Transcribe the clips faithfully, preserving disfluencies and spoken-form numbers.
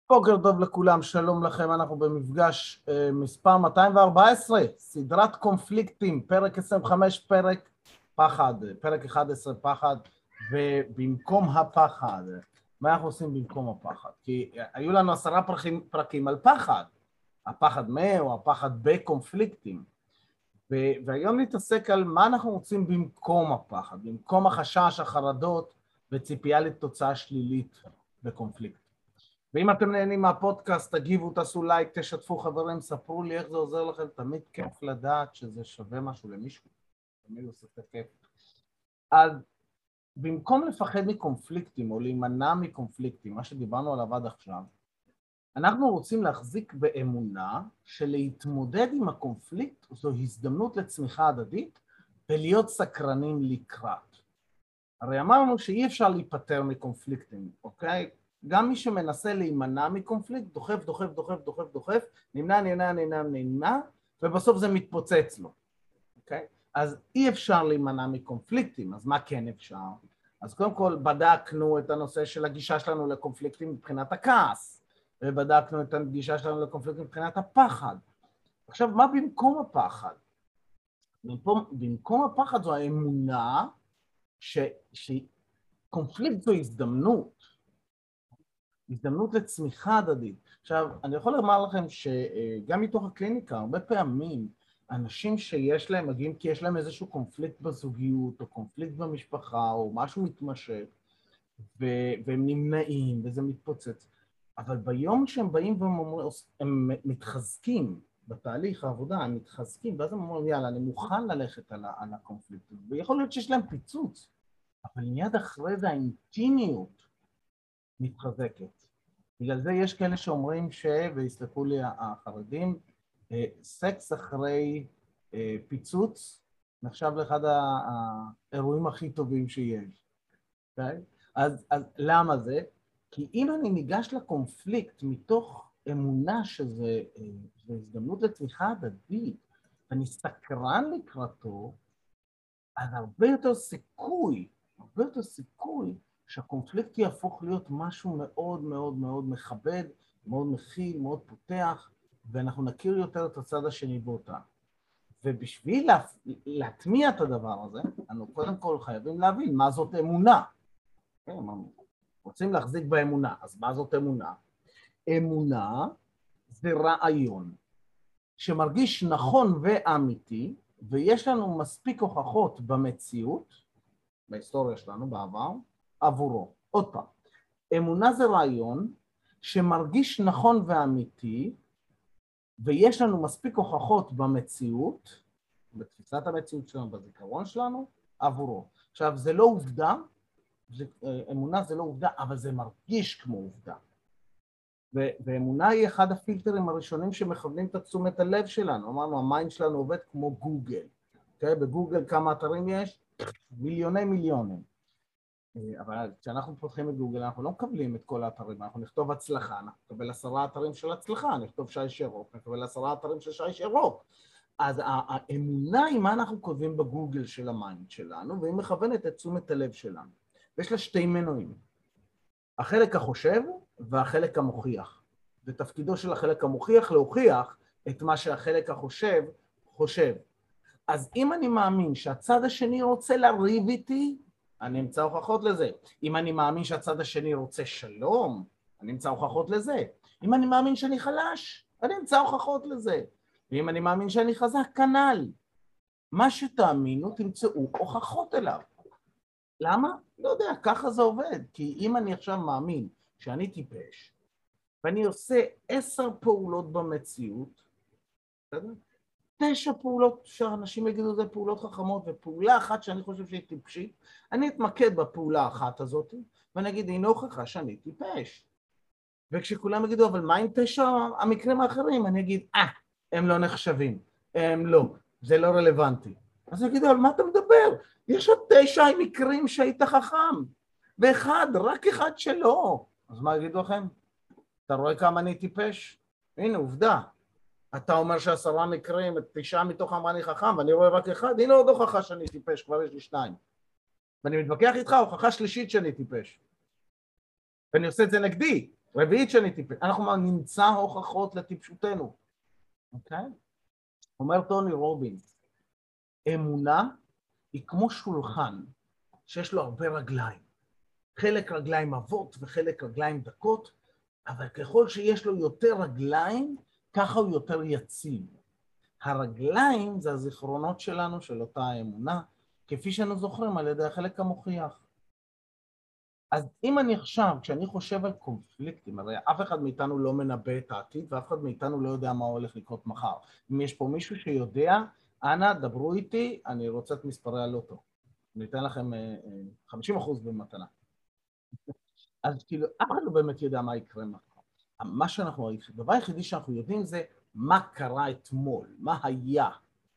בוקר טוב לכולם, שלום לכם, אנחנו במפגש אה, מספר מאתיים וארבע עשרה, סדרת קונפליקטים, פרק עשרים וחמש, פרק פחד, פרק אחד עשרה פחד, ובמקום הפחד, מה אנחנו עושים במקום הפחד? כי היו לנו עשרה פרקים, פרקים על פחד, הפחד מה או הפחד בקונפליקטים, ו- והיום נתעסק על מה אנחנו רוצים במקום הפחד, במקום החשש, החרדות וציפייה לתוצאה שלילית בקונפליקט. ואם אתם נהנים מהפודקאסט, תגיבו, תעשו לייק, תשתפו חברים, ספרו לי איך זה עוזר לכם, תמיד כיף לדעת שזה שווה משהו למישהו, תמיד עושה את הכיף. אז במקום לפחד מקונפליקטים או להימנע מקונפליקטים, מה שדיברנו עליו עד עכשיו, אנחנו רוצים להחזיק באמונה שלהתמודד עם הקונפליקט זו הזדמנות לצמיחה הדדית ולהיות סקרנים לקראת. הרי אמרנו שאי אפשר להיפטר מקונפליקטים, אוקיי? גם מי שמנסה להימנע מקונפליקט, דוחף, דוחף, דוחף, דוחף, דוחף, נמנע, נמנע, נמנע, נמנע, ובסוף זה מתפוצץ לו, אוקיי? אז אי אפשר להימנע מקונפליקטים, אז מה כן אפשר? אז קודם כל בדקנו את הנושא של הגישה שלנו לקונפליקטים מבחינת הכעס, ובדקנו את הגישה שלנו לקונפליקטים מבחינת הפחד. עכשיו, מה במקום הפחד? במקום, במקום הפחד זו האמונה ש, שקונפליקט זו הזדמנות, הזדמנות לצמיחה הדדית. עכשיו, אני יכול לומר לכם שגם מתוך הקליניקה, הרבה פעמים אנשים שיש להם, מגיעים כי יש להם איזשהו קונפליקט בזוגיות, או קונפליקט במשפחה, או משהו מתמשך, והם נמנעים, וזה מתפוצץ. אבל ביום שהם באים והם מתחזקים בתהליך העבודה, הם מתחזקים, ואז הם אומרים, יאללה, אני מוכן ללכת על הקונפליקט. ויכול להיות שיש להם פיצוץ, אבל מיד אחרי זה האינטימיות מתחזקת. בגלל זה יש כאלה שאומרים ש, והסתכלו לי החרדים, סקס אחרי פיצוץ נחשב לאחד האירועים הכי טובים שיש. Okay? אז, אז למה זה? כי אם אני ניגש לקונפליקט מתוך אמונה שזה הזדמנות לתמיכה הדדית, ואני סקרן לקראתו, אז הרבה יותר סיכוי, הרבה יותר סיכוי, שהקונפליקט יהפוך להיות משהו מאוד מאוד מאוד מכבד, מאוד מכיל, מאוד פותח, ואנחנו נכיר יותר את הצד השני באותה. ובשביל לה, להטמיע את הדבר הזה, אנחנו קודם כל חייבים להבין מה זאת אמונה. רוצים להחזיק באמונה, אז מה זאת אמונה? אמונה זה רעיון שמרגיש נכון ואמיתי, ויש לנו מספיק הוכחות במציאות, בהיסטוריה שלנו בעבר, עבורו. עוד פעם, אמונה זה רעיון שמרגיש נכון ואמיתי, ויש לנו מספיק הוכחות במציאות, בתפיסת המציאות שלנו, בזיכרון שלנו, עבורו. עכשיו, זה לא עובדה, זה, אמונה זה לא עובדה, אבל זה מרגיש כמו עובדה. ו- ואמונה היא אחד הפילטרים הראשונים שמכוונים את תשומת הלב שלנו. אמרנו, המיינד שלנו עובד כמו גוגל. Okay? בגוגל כמה אתרים יש? מיליוני מיליונים. אבל כשאנחנו פותחים את גוגל, אנחנו לא מקבלים את כל האתרים, אנחנו נכתוב הצלחה, אנחנו נקבל עשרה אתרים של הצלחה, נכתוב שיש ירוק, נקבל עשרה אתרים של שיש ירוק. אז האמונה היא מה אנחנו כותבים בגוגל של המיינד שלנו, והיא מכוונת את תשומת הלב שלנו. ויש לה שתי מנועים, החלק החושב והחלק המוכיח. ותפקידו של החלק המוכיח להוכיח את מה שהחלק החושב חושב. אז אם אני מאמין שהצד השני רוצה לריב איתי, אני אמצא הוכחות לזה. אם אני מאמין שהצד השני רוצה שלום, אני אמצא הוכחות לזה. אם אני מאמין שאני חלש, אני אמצא הוכחות לזה. ואם אני מאמין שאני חזק, כנ"ל. מה שתאמינו, תמצאו הוכחות אליו. למה? לא יודע, ככה זה עובד. כי אם אני עכשיו מאמין שאני טיפש, ואני עושה עשר פעולות במציאות, בסדר? תשע פעולות שאנשים יגידו זה פעולות חכמות, ופעולה אחת שאני חושב שהיא טיפשית, אני אתמקד בפעולה האחת הזאת, ואני אגיד, הנה הוכחה שאני טיפש. וכשכולם יגידו, אבל מה עם תשע המקרים האחרים? אני אגיד, אה, הם לא נחשבים, הם לא, זה לא רלוונטי. אז אני אגיד, אבל מה אתה מדבר? יש עוד תשע מקרים שהיית חכם, ואחד, רק אחד שלא. אז מה יגידו לכם? אתה רואה כמה אני טיפש? הנה, עובדה. אתה אומר שעשרה מקרים, תשעה מתוך אמרה אני חכם, ואני רואה רק אחד, הנה עוד הוכחה שאני טיפש, כבר יש לי שניים. ואני מתווכח איתך, הוכחה שלישית שאני טיפש. ואני עושה את זה נגדי, רביעית שאני טיפש, אנחנו נמצא הוכחות לטיפשותנו, אוקיי? אומר טוני רובינס, אמונה היא כמו שולחן שיש לו הרבה רגליים. חלק רגליים עבות וחלק רגליים דקות, אבל ככל שיש לו יותר רגליים, ככה הוא יותר יציב. הרגליים זה הזיכרונות שלנו, של אותה האמונה, כפי שאנו זוכרים על ידי החלק המוכיח. אז אם אני עכשיו, כשאני חושב על קונפליקטים, הרי אף אחד מאיתנו לא מנבא את העתיד, ואף אחד מאיתנו לא יודע מה הולך לקרות מחר. אם יש פה מישהו שיודע, אנא, דברו איתי, אני רוצה את מספרי הלוטו. אני אתן לכם חמישים אחוז במתנה. אז כאילו, אף אחד לא באמת יודע מה יקרה מחר. מה שאנחנו, הדבר היחידי שאנחנו יודעים זה מה קרה אתמול, מה היה.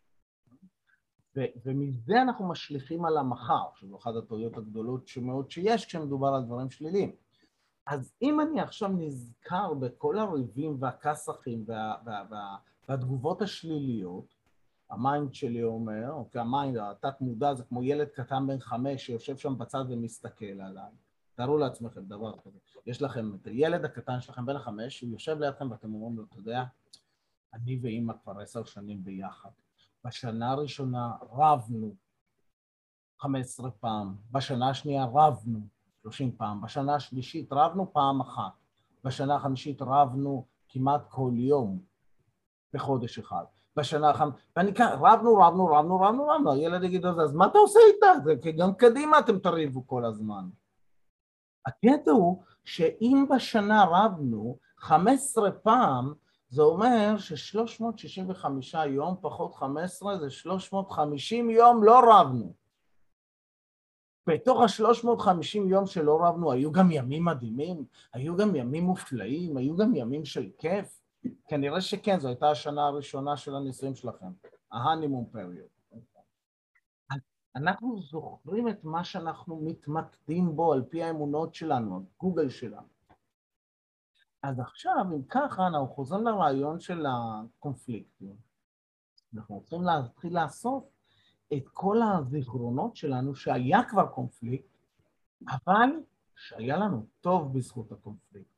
ו- ומזה אנחנו משליכים על המחר, שזו אחת הטעויות הגדולות שמאוד שיש כשמדובר על דברים שליליים. אז אם אני עכשיו נזכר בכל הריבים והכסחים וה- וה- וה- והתגובות השליליות, המיינד שלי אומר, אוקיי, המיינד, התת מודע זה כמו ילד קטן בן חמש שיושב שם בצד ומסתכל עליי. תארו לעצמכם דבר כזה. יש לכם את הילד הקטן שלכם בן החמש, הוא יושב לידכם ואתם אומרים לו, אתה יודע, אני ואמא כבר עשר שנים ביחד. בשנה הראשונה רבנו חמש עשרה פעם, בשנה השנייה רבנו שלושים פעם, בשנה השלישית רבנו פעם אחת, בשנה החמישית רבנו כמעט כל יום בחודש אחד. בשנה החמישית, ואני כאן, רבנו, רבנו, רבנו, רבנו, רבנו, הילד יגיד על זה, אז מה אתה עושה איתה? זה כי גם קדימה אתם תריבו כל הזמן. הקטע הוא שאם בשנה רבנו חמש עשרה פעם, זה אומר ש-שלוש מאות שישים וחמישה יום פחות חמש עשרה זה שלוש מאות וחמישים יום לא רבנו. בתוך ה-שלוש מאות וחמישים יום שלא רבנו היו גם ימים מדהימים, היו גם ימים מופלאים, היו גם ימים של כיף. כנראה שכן, זו הייתה השנה הראשונה של הנישואים שלכם, ה-honeymoon period. אנחנו זוכרים את מה שאנחנו מתמקדים בו על פי האמונות שלנו, גוגל שלנו. אז עכשיו, אם ככה, אנחנו חוזרים לרעיון של הקונפליקטים. אנחנו רוצים להתחיל לאסוף את כל הזיכרונות שלנו שהיה כבר קונפליקט, אבל שהיה לנו טוב בזכות הקונפליקט,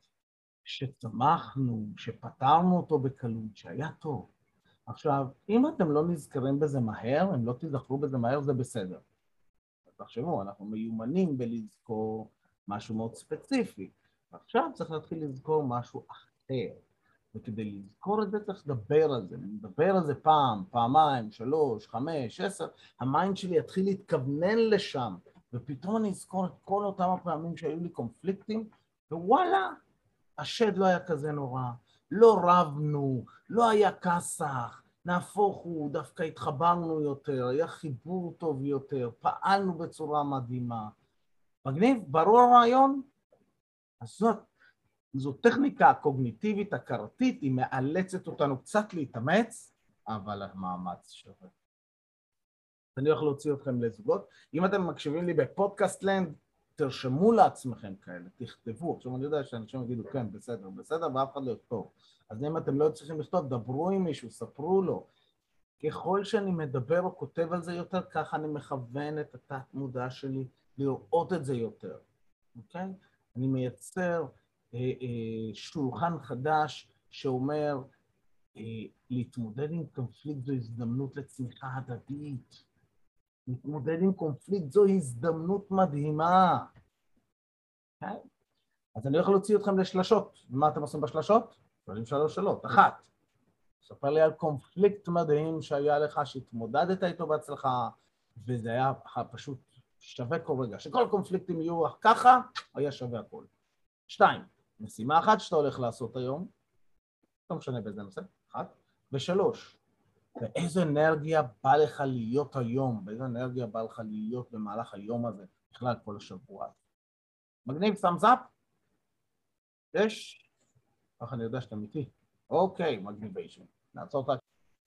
שצמחנו, שפתרנו אותו בקלות, שהיה טוב. עכשיו, אם אתם לא נזכרים בזה מהר, אם לא תזכרו בזה מהר, זה בסדר. תחשבו, אנחנו מיומנים בלזכור משהו מאוד ספציפי, ועכשיו צריך להתחיל לזכור משהו אחר. וכדי לזכור את זה צריך לדבר על זה, לדבר על זה פעם, פעמיים, שלוש, חמש, עשר, המיינד שלי יתחיל להתכוונן לשם, ופתאום אני אזכור את כל אותם הפעמים שהיו לי קונפליקטים, ווואלה, השד לא היה כזה נורא, לא רבנו, לא היה כסח, נהפוך הוא, דווקא התחברנו יותר, היה חיבור טוב יותר, פעלנו בצורה מדהימה. מגניב, ברור הרעיון? אז זאת, זו טכניקה הקוגניטיבית הכרתית, היא מאלצת אותנו קצת להתאמץ, אבל המאמץ שווה. אני הולך להוציא אתכם לזוגות. אם אתם מקשיבים לי בפודקאסט לנד, תרשמו לעצמכם כאלה, תכתבו. עכשיו אני יודע שאנשים יגידו, כן, בסדר, בסדר, ואף אחד לא יכתוב. אז אם אתם לא צריכים לכתוב, דברו עם מישהו, ספרו לו. ככל שאני מדבר או כותב על זה יותר, ככה אני מכוון את התת מודע שלי לראות את זה יותר. אוקיי? אני מייצר אה, אה, שולחן חדש שאומר, אה, להתמודד עם קונפליקט זו הזדמנות לצמיחה הדדית. להתמודד עם קונפליקט זו הזדמנות מדהימה. אוקיי? אז אני הולך להוציא אתכם לשלשות. מה אתם עושים בשלשות? שואלים שלוש שאלות. אחת, ספר לי על קונפליקט מדהים שהיה לך, שהתמודדת איתו בהצלחה, וזה היה פשוט שווה כל רגע. שכל קונפליקטים יהיו ככה, היה שווה הכל. שתיים, משימה אחת שאתה הולך לעשות היום, לא משנה באיזה נושא, אחת. ושלוש, באיזו אנרגיה בא לך להיות היום, באיזו אנרגיה בא לך להיות במהלך היום הזה, בכלל כל השבוע. מגניב, thumbs up? יש? ככה אני יודע שאתם איתי. אוקיי, מגניביישן. נעצור את ה...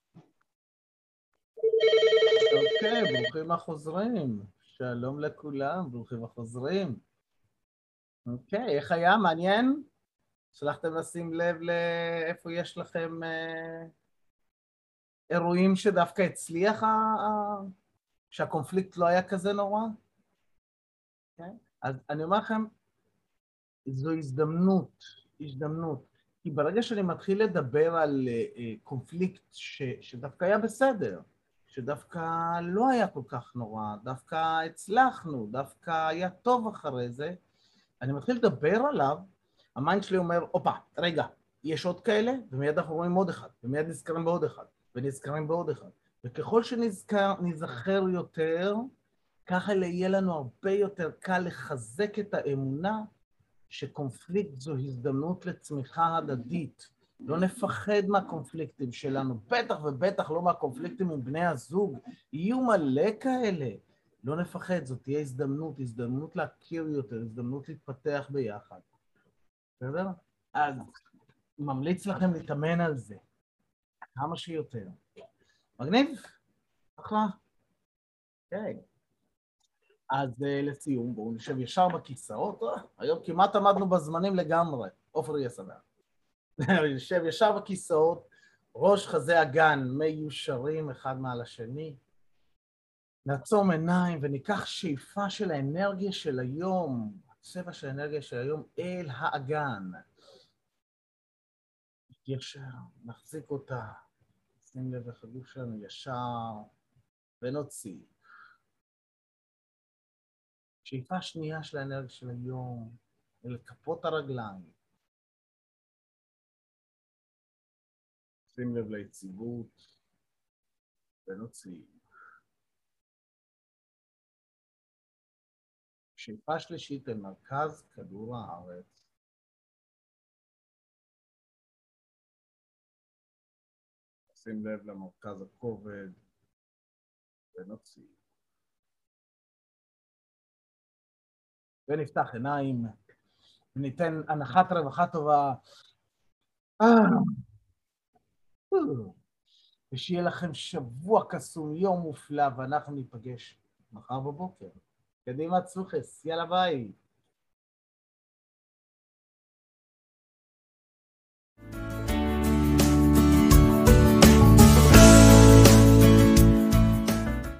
אוקיי, ברוכים החוזרים. שלום לכולם, ברוכים החוזרים. אוקיי, איך היה? מעניין? שלחתם לשים לב לאיפה יש לכם אה, אירועים שדווקא הצליח, אה, אה, שהקונפליקט לא היה כזה נורא? אוקיי? אז אני אומר לכם, זו הזדמנות הזדמנות. כי ברגע שאני מתחיל לדבר על uh, קונפליקט ש, שדווקא היה בסדר, שדווקא לא היה כל כך נורא, דווקא הצלחנו, דווקא היה טוב אחרי זה, אני מתחיל לדבר עליו, המיינד שלי אומר, אופה, רגע, יש עוד כאלה, ומיד אנחנו רואים עוד אחד, ומיד נזכרים בעוד אחד, ונזכרים בעוד אחד. וככל שנזכר יותר, ככה יהיה לנו הרבה יותר קל לחזק את האמונה שקונפליקט זו הזדמנות לצמיחה הדדית. לא נפחד מהקונפליקטים שלנו, בטח ובטח לא מהקונפליקטים עם בני הזוג, יהיו מלא כאלה. לא נפחד, זאת תהיה הזדמנות, הזדמנות להכיר יותר, הזדמנות להתפתח ביחד. בסדר? אז ממליץ לכם להתאמן על זה, כמה שיותר. מגניב? אחלה. אוקיי. אז uh, לסיום, בואו נשב ישר בכיסאות. Uh, היום כמעט עמדנו בזמנים לגמרי. עופר יהיה שמח. נשב ישר בכיסאות, ראש חזה אגן מיושרים אחד מעל השני. נעצום עיניים וניקח שאיפה של האנרגיה של היום, הצבע של האנרגיה של היום אל האגן. ישר, נחזיק אותה. שים לב איך הגוף שלנו ישר ונוציא. שאיפה שנייה של האנרגיה של היום, אל כפות הרגליים. שים לב ליציבות, ונוציא. שאיפה שלישית אל מרכז כדור הארץ. שים לב למרכז הכובד, ונוציא. ונפתח עיניים, וניתן הנחת רווחה טובה. ושיהיה לכם שבוע קסום, יום מופלא, ואנחנו ניפגש מחר בבוקר. קדימה צלוחס, יאללה ביי.